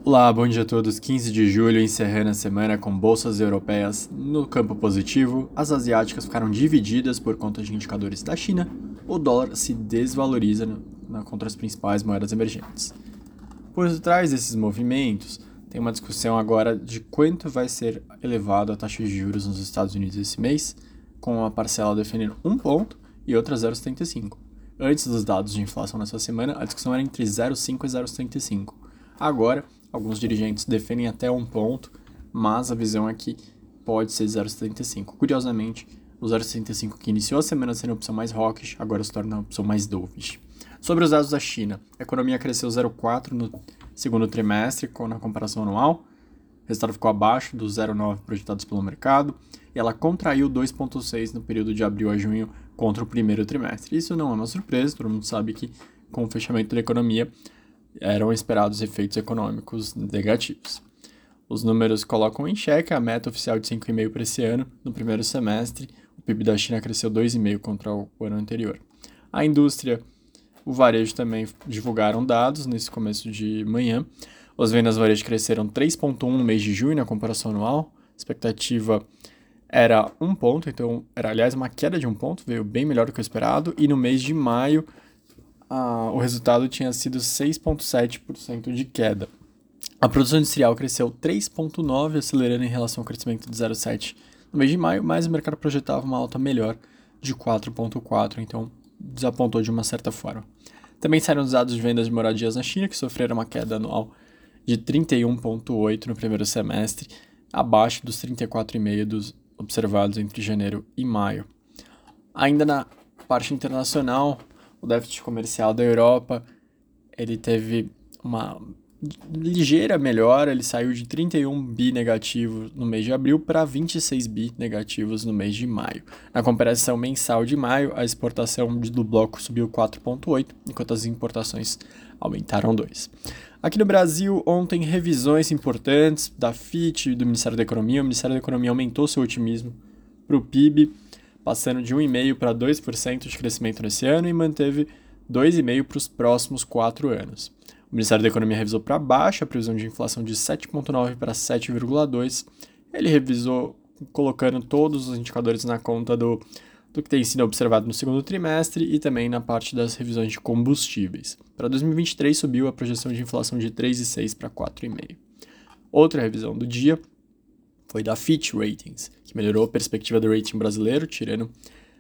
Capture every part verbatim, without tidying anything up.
Olá, bom dia a todos. quinze de julho, encerrando a semana com bolsas europeias no campo positivo. As asiáticas ficaram divididas por conta de indicadores da China. O dólar se desvaloriza no, na, contra as principais moedas emergentes. Por trás desses movimentos, tem uma discussão agora de quanto vai ser elevado a taxa de juros nos Estados Unidos esse mês, com uma parcela defendendo um ponto e outra zero vírgula setenta e cinco. Antes dos dados de inflação nessa semana, a discussão era entre zero vírgula cinco e zero vírgula setenta e cinco. Agora, alguns dirigentes defendem até um ponto, mas a visão é que pode ser zero vírgula setenta e cinco. Curiosamente, o zero vírgula setenta e cinco que iniciou a semana sendo a opção mais hawkish, agora se torna a opção mais dovish. Sobre os dados da China, a economia cresceu zero vírgula quatro no segundo trimestre na comparação anual, o resultado ficou abaixo dos zero vírgula nove projetados pelo mercado, e ela contraiu dois vírgula seis no período de abril a junho contra o primeiro trimestre. Isso não é uma surpresa, todo mundo sabe que com o fechamento da economia eram esperados efeitos econômicos negativos. Os números colocam em xeque a meta oficial de cinco vírgula cinco por cento para esse ano. No primeiro semestre, o P I B da China cresceu dois vírgula cinco por cento contra o ano anterior. A indústria, o varejo também divulgaram dados nesse começo de manhã. As vendas do varejo cresceram três vírgula um por cento no mês de junho na comparação anual. A expectativa era um ponto, então era aliás uma queda de um ponto, veio bem melhor do que o esperado. E no mês de maio, Ah, o resultado tinha sido seis vírgula sete por cento de queda. A produção industrial cresceu três vírgula nove por cento, acelerando em relação ao crescimento de zero vírgula sete por cento no mês de maio, mas o mercado projetava uma alta melhor de quatro vírgula quatro por cento, então desapontou de uma certa forma. Também saíram os dados de vendas de moradias na China, que sofreram uma queda anual de trinta e um vírgula oito por cento no primeiro semestre, abaixo dos trinta e quatro vírgula cinco por cento dos observados entre janeiro e maio. Ainda na parte internacional, o déficit comercial da Europa, ele teve uma ligeira melhora, ele saiu de trinta e um bi negativos no mês de abril para vinte e seis bi negativos no mês de maio. Na comparação mensal de maio, a exportação do bloco subiu quatro vírgula oito por cento, enquanto as importações aumentaram dois por cento. Aqui no Brasil, ontem, revisões importantes da F I T e do Ministério da Economia. O Ministério da Economia aumentou seu otimismo para o P I B, passando de um vírgula cinco por cento para dois por cento de crescimento nesse ano e manteve dois vírgula cinco por cento para os próximos quatro anos. O Ministério da Economia revisou para baixo a previsão de inflação de sete vírgula nove por cento para sete vírgula dois por cento. Ele revisou colocando todos os indicadores na conta do, do que tem sido observado no segundo trimestre e também na parte das revisões de combustíveis. Para dois mil e vinte e três subiu a projeção de inflação de três vírgula seis por cento para quatro vírgula cinco por cento. Outra revisão do dia foi da Fitch Ratings, que melhorou a perspectiva do rating brasileiro, tirando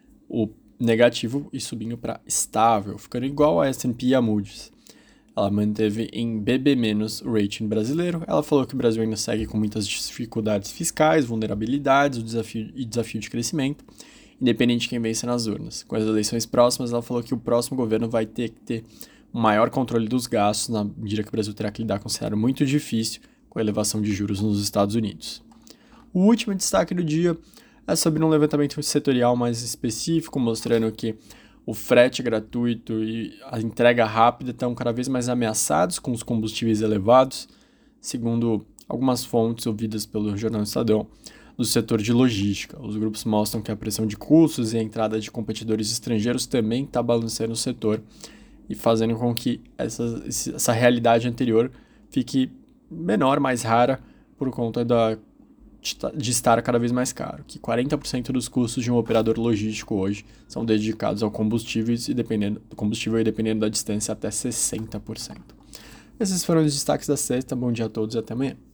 o negativo e subindo para estável, ficando igual a S and P e a Moody's. Ela manteve em B B menos o rating brasileiro. Ela falou que o Brasil ainda segue com muitas dificuldades fiscais, vulnerabilidades o desafio, e desafio de crescimento, independente de quem vence nas urnas. Com as eleições próximas, ela falou que o próximo governo vai ter que ter um maior controle dos gastos, na medida que o Brasil terá que lidar com um cenário muito difícil com a elevação de juros nos Estados Unidos. O último destaque do dia é sobre um levantamento setorial mais específico, mostrando que o frete gratuito e a entrega rápida estão cada vez mais ameaçados com os combustíveis elevados, segundo algumas fontes ouvidas pelo jornal Estadão, do setor de logística. Os grupos mostram que a pressão de custos e a entrada de competidores estrangeiros também está balanceando o setor e fazendo com que essa, essa realidade anterior fique menor, mais rara, por conta da de estar cada vez mais caro, que quarenta por cento dos custos de um operador logístico hoje são dedicados ao combustível e dependendo do combustível e dependendo da distância até sessenta por cento. Esses foram os destaques da sexta. Bom dia a todos e até amanhã.